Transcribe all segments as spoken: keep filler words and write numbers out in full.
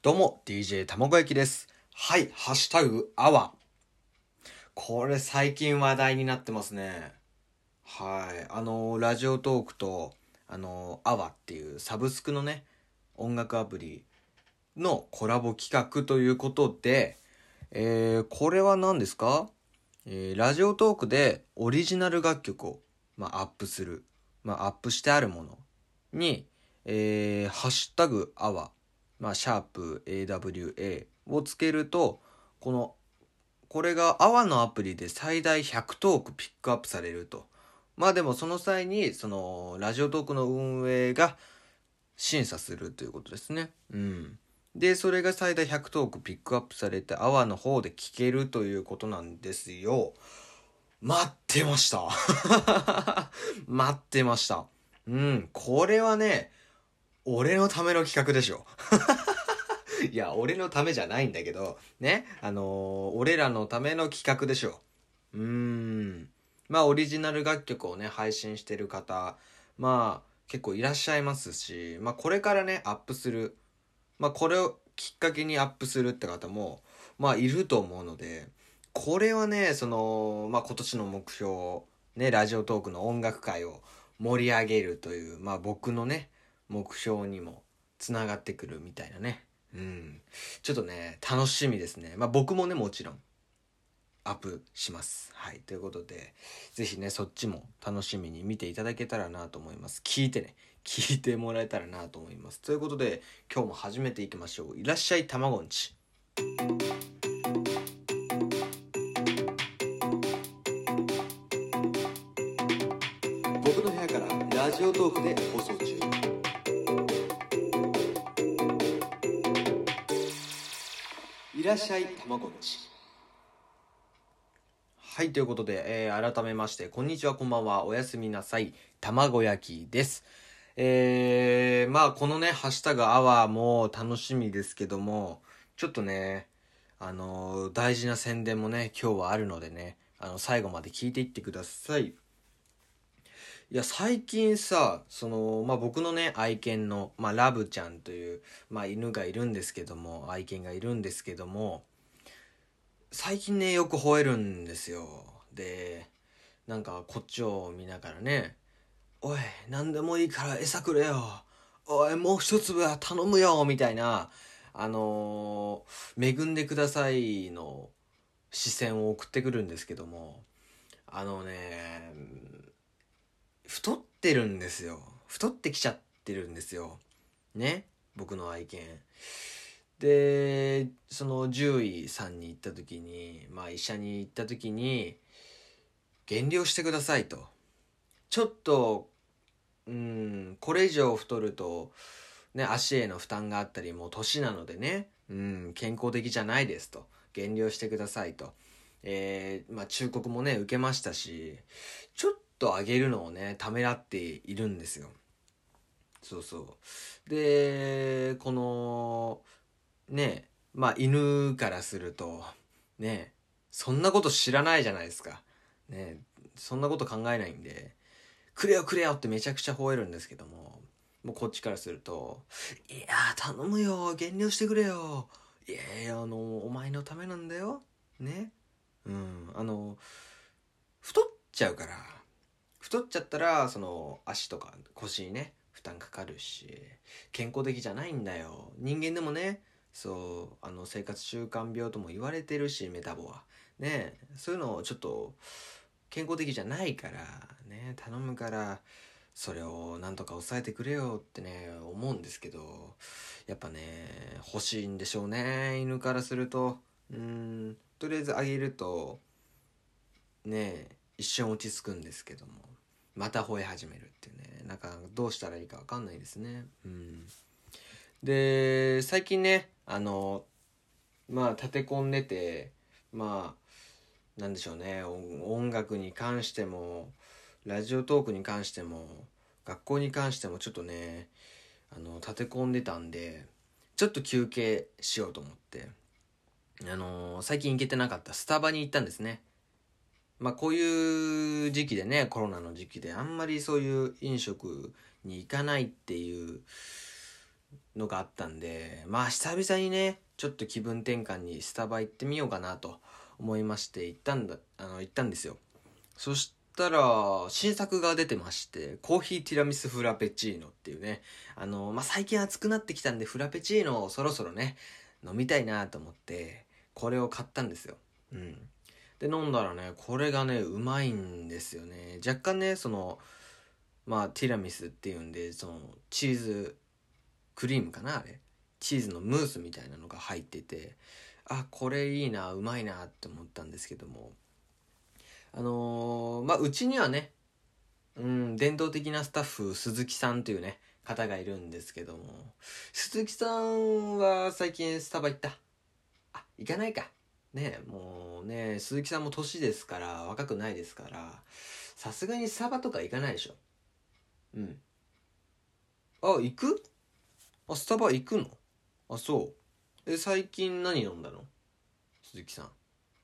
どうも ディージェー たまご焼きです。はい、ハッシュタグアワ。これ最近話題になってますね。はい、あのラジオトークとあのアワっていうサブスクのね音楽アプリのコラボ企画ということで、えー、これは何ですか？えー、ラジオトークでオリジナル楽曲を、まあ、アップする、まあ、アップしてあるものに、えー、ハッシュタグアワ、まあ、シャープ エーダブリューエー をつけると、この、これがアワのアプリで最大ひゃくトークピックアップされると。まあでもその際に、その、ラジオトークの運営が審査するということですね。うん。で、それが最大ひゃくトークピックアップされて、アワの方で聞けるということなんですよ。待ってました。待ってました。うん、これはね、俺のための企画でしょ。いや、俺のためじゃないんだけど、ね、あのー俺らのための企画でしょ。うーん。まあ、オリジナル楽曲をね、配信してる方、まあ、結構いらっしゃいますし、まあ、これからね、アップする、まあ、これをきっかけにアップするって方も、まあ、いると思うので、これはね、その、まあ、今年の目標、ね、ラジオトークの音楽界を盛り上げるという、まあ、僕のね、目標にもつながってくるみたいなね。うん。ちょっとね、楽しみですね。まあ、僕もね、もちろん、アップします。はい。ということで、ぜひね、そっちも楽しみに見ていただけたらなと思います。聞いてね、聞いてもらえたらなと思います。ということで、今日も始めていきましょう。いらっしゃい、たまごんち。僕の部屋からラジオトークで放送中。いらっしゃい、たまごんち。はい、ということで、えー、改めまして、こんにちは、こんばんは、おやすみなさい、卵焼きです。えー、まあ、このね、ハッシュタグアワーも楽しみですけども、ちょっとね、あのー大事な宣伝もね、今日はあるのでね、あの、最後まで聞いていってください。いや、最近さ、その、まあ、僕のね、愛犬の、まあ、ラブちゃんという、まあ、犬がいるんですけども、愛犬がいるんですけども、最近ね、よく吠えるんですよ。で、なんかこっちを見ながらね、おい、なんでもいいから餌くれよ。おい、もう一粒は頼むよみたいな、あのー、恵んでくださいの視線を送ってくるんですけども、あのね、太ってるんですよ。太ってきちゃってるんですよ。ね。僕の愛犬。で、その獣医さんに行った時に、まあ医者に行った時に、減量してくださいと。ちょっと、うん、これ以上太ると、ね、足への負担があったり、もう年なのでね、うん、健康的じゃないですと。減量してくださいと。えー、まあ忠告もね、受けましたし、ちょっと上げるのをね、ためらっているんですよ。そうそう。で、この、ね、まあ犬からすると、ね、そんなこと知らないじゃないですか。ね、そんなこと考えないんで、くれよくれよってめちゃくちゃ吠えるんですけども、もうこっちからすると、いやー頼むよ、減量してくれよ。いやいや、あの、お前のためなんだよ。ね。うん、あの、太っちゃうから、太っちゃったら、その、足とか腰にね、負担かかるし、健康的じゃないんだよ。人間でもね、そう、あの、生活習慣病とも言われてるし、メタボは。ね、そういうのをちょっと、健康的じゃないから、ね、頼むから、それをなんとか抑えてくれよってね、思うんですけど、やっぱね、欲しいんでしょうね、犬からすると。うーん、とりあえずあげると、ね、一瞬落ち着くんですけども、また吠え始めるっていうね、なんかどうしたらいいかわかんないですね。うん。で、最近ね、あの、まあ、立て込んでて、まあ、なんでしょうね、音楽に関しても、ラジオトークに関しても、学校に関してもちょっとね、あの、立て込んでたんで、ちょっと休憩しようと思って、あのー最近行けてなかったスタバに行ったんですね。まあこういう時期でね、コロナの時期であんまりそういう飲食に行かないっていうのがあったんで、まあ久々にねちょっと気分転換にスタバ行ってみようかなと思いまして行ったんだあの行ったんですよ。そしたら新作が出てまして、コーヒーティラミスフラペチーノっていうね、あのまあ最近暑くなってきたんでフラペチーノをそろそろね飲みたいなと思ってこれを買ったんですよ。うん。で飲んだらね、これがねうまいんですよね。若干ねそのまあティラミスっていうんで、そのチーズクリームかな、あれチーズのムースみたいなのが入ってて、あこれいいな、うまいなって思ったんですけども、あのー、まあうちにはね、うん伝統的なスタッフ鈴木さんというね方がいるんですけども、鈴木さんは最近スタバ行った？あ、行かないかね。もうね鈴木さんも年ですから、若くないですから、さすがにスタバとか行かないでしょ。うん。あ、行く？あ、スタバ行くの？あ、そう。え、最近何飲んだの？鈴木さん。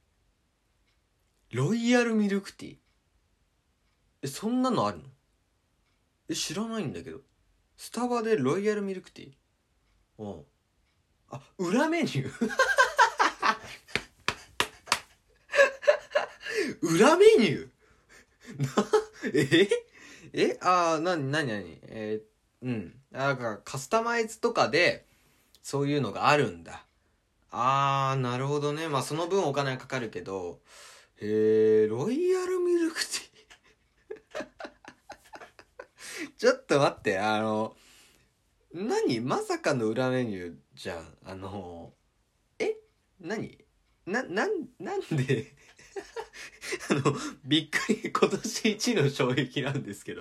ロイヤルミルクティー。え、そんなのあるの？え、知らないんだけど。スタバでロイヤルミルクティー。うん。あ、裏メニュー裏メニューな、ええあー、なになになにえー、うん。だからカスタマイズとかで、そういうのがあるんだ。あー、なるほどね。まあその分お金はかかるけど、へー、ロイヤルミルクティーちょっと待って、あの、何まさかの裏メニューじゃん。あの、え何な、なん、なんであの、びっくり、今年一の衝撃なんですけど。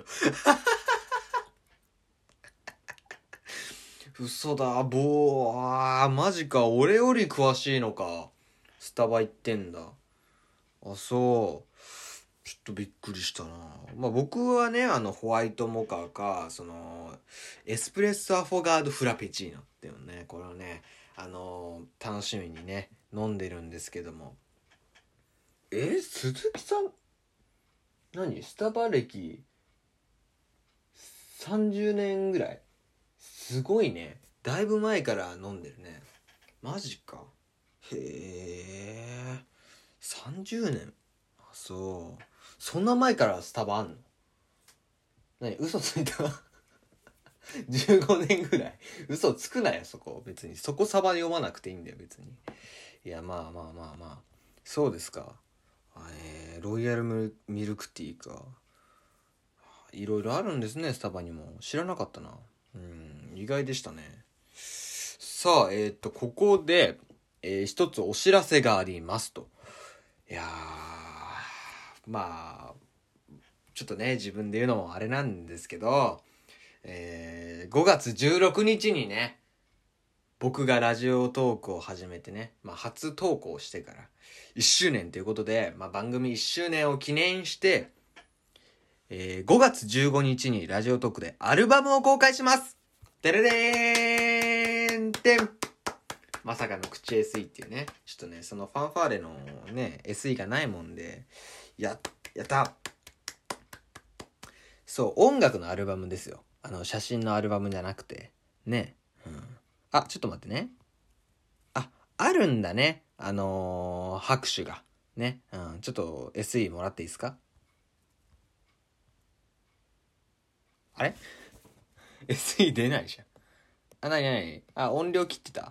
嘘だ、ぼー、あー、マジか、俺より詳しいのか。スタバ行ってんだ。あ、そう。ちょっとびっくりしたな。まあ僕はね、あの、ホワイトモカか、その、エスプレッソアフォガードフラペチーノっていうのね、これをね、あのー楽しみにね、飲んでるんですけども。え、鈴木さん、何スタバ歴さんじゅうねんぐらい？すごいね。だいぶ前から飲んでるね。マジか。へえ。さんじゅうねん。あ、そう。そんな前からスタバあんの？何嘘ついたじゅうごねんぐらい嘘つくなよ、そこ。別にそこサバ読まなくていいんだよ、別に。いや、まあまあまあまあ、そうですか。えー、ロイヤルミルクティーか。いろいろあるんですね、スタバにも。知らなかったな。うん、意外でしたね。さあ、えっとここで、えー一つお知らせがありますと。いやー、まあちょっとね自分で言うのもあれなんですけど、えーごがつじゅうろくにちにね、僕がラジオトークを始めてね、まあ、初投稿してからいっしゅうねんということで、まあ、番組いっしゅうねんを記念して、えーごがつじゅうごにちにラジオトークでアルバムを公開します。てれれーんてん。まさかの口 エスイー っていうね、ちょっとね、そのファンファーレのね、エスイー がないもんで、や、やったそう、音楽のアルバムですよ。あの、写真のアルバムじゃなくて。ね。うん。あ、ちょっと待ってね。あ、あるんだね。あのー拍手が。ね。うん。ちょっと エスイー もらっていいですか？あれエスイー 出ないじゃん。あ、なになにあ、音量切ってた？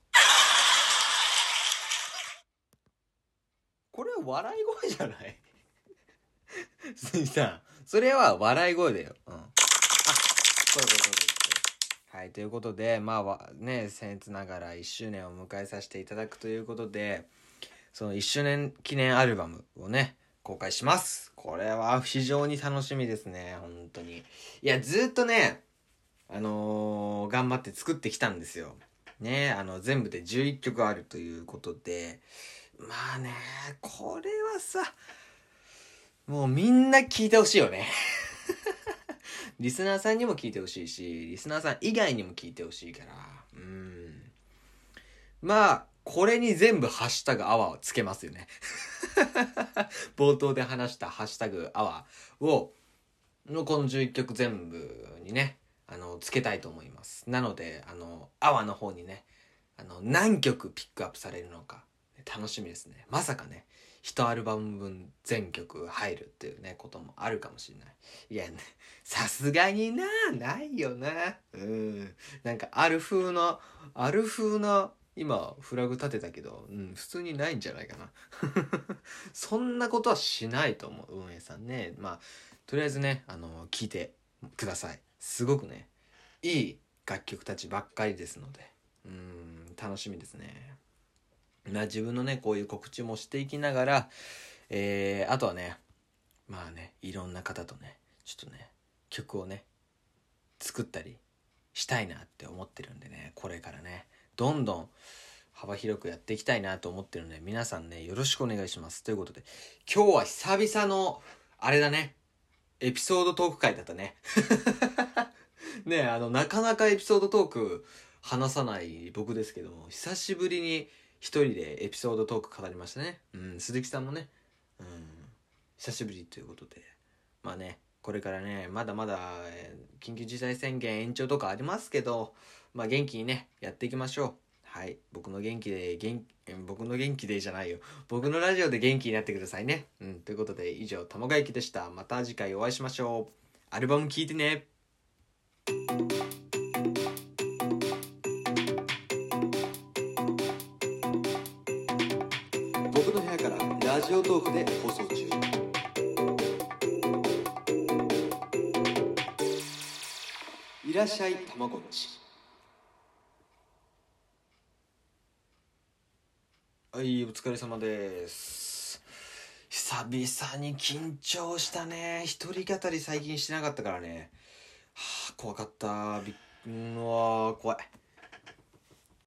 これ笑い声じゃない鈴木さん。それは笑い声だよ。うん。あ、そういうことです。はい、ということで、まあわね、僭越ながらいっしゅうねんを迎えさせていただくということで、そのいっしゅうねん記念アルバムをね、公開します。これは非常に楽しみですね、本当に。いや、ずっとね、あのー頑張って作ってきたんですよ。ね、あの、全部でじゅういっきょくあるということで、まあね、これはさ、もうみんな聞いてほしいよね。リスナーさんにも聞いてほしいし、リスナーさん以外にも聞いてほしいから、うん。まあ、これに全部ハッシュタグアワーをつけますよね。冒頭で話したハッシュタグアワーを、のこのじゅういっきょく全部にね、 あのつけたいと思います。なのであのアワの方にね、あの何曲ピックアップされるのか楽しみですね。まさかね一アルバム分全曲入るっていうねこともあるかもしれない。いやね、さすがになないよな。うんなんかある風のある風な今フラグ立てたけど、うん、普通にないんじゃないかなそんなことはしないと思う運営さんね。まあとりあえずねあの聞いてください。すごくねいい楽曲たちばっかりですので、うん楽しみですね。まあ自分のねこういう告知もしていきながら、えー、あとはねまあねいろんな方とねちょっとね曲をね作ったりしたいなって思ってるんでね、これからねどんどん幅広くやっていきたいなと思ってるんで、皆さんねよろしくお願いします。ということで今日は久々のあれだね、エピソードトーク会だったねねえあのなかなかエピソードトーク話さない僕ですけども、久しぶりに一人でエピソードトーク語りましたね。うん鈴木さんもね、うん久しぶりということで、まあねこれからねまだまだ、えー緊急事態宣言延長とかありますけど、まあ元気にねやっていきましょう。はい、僕の元気で元え僕の元気でじゃないよ僕のラジオで元気になってくださいね。うんということで以上卵焼きでした。また次回お会いしましょう。アルバム聴いてね。僕の部屋からラジオトークで放送中。いらっしゃいたまごっち。はいお疲れ様です。久々に緊張したね。一人語り最近してなかったからね。はあ怖かった。びっうわ怖い。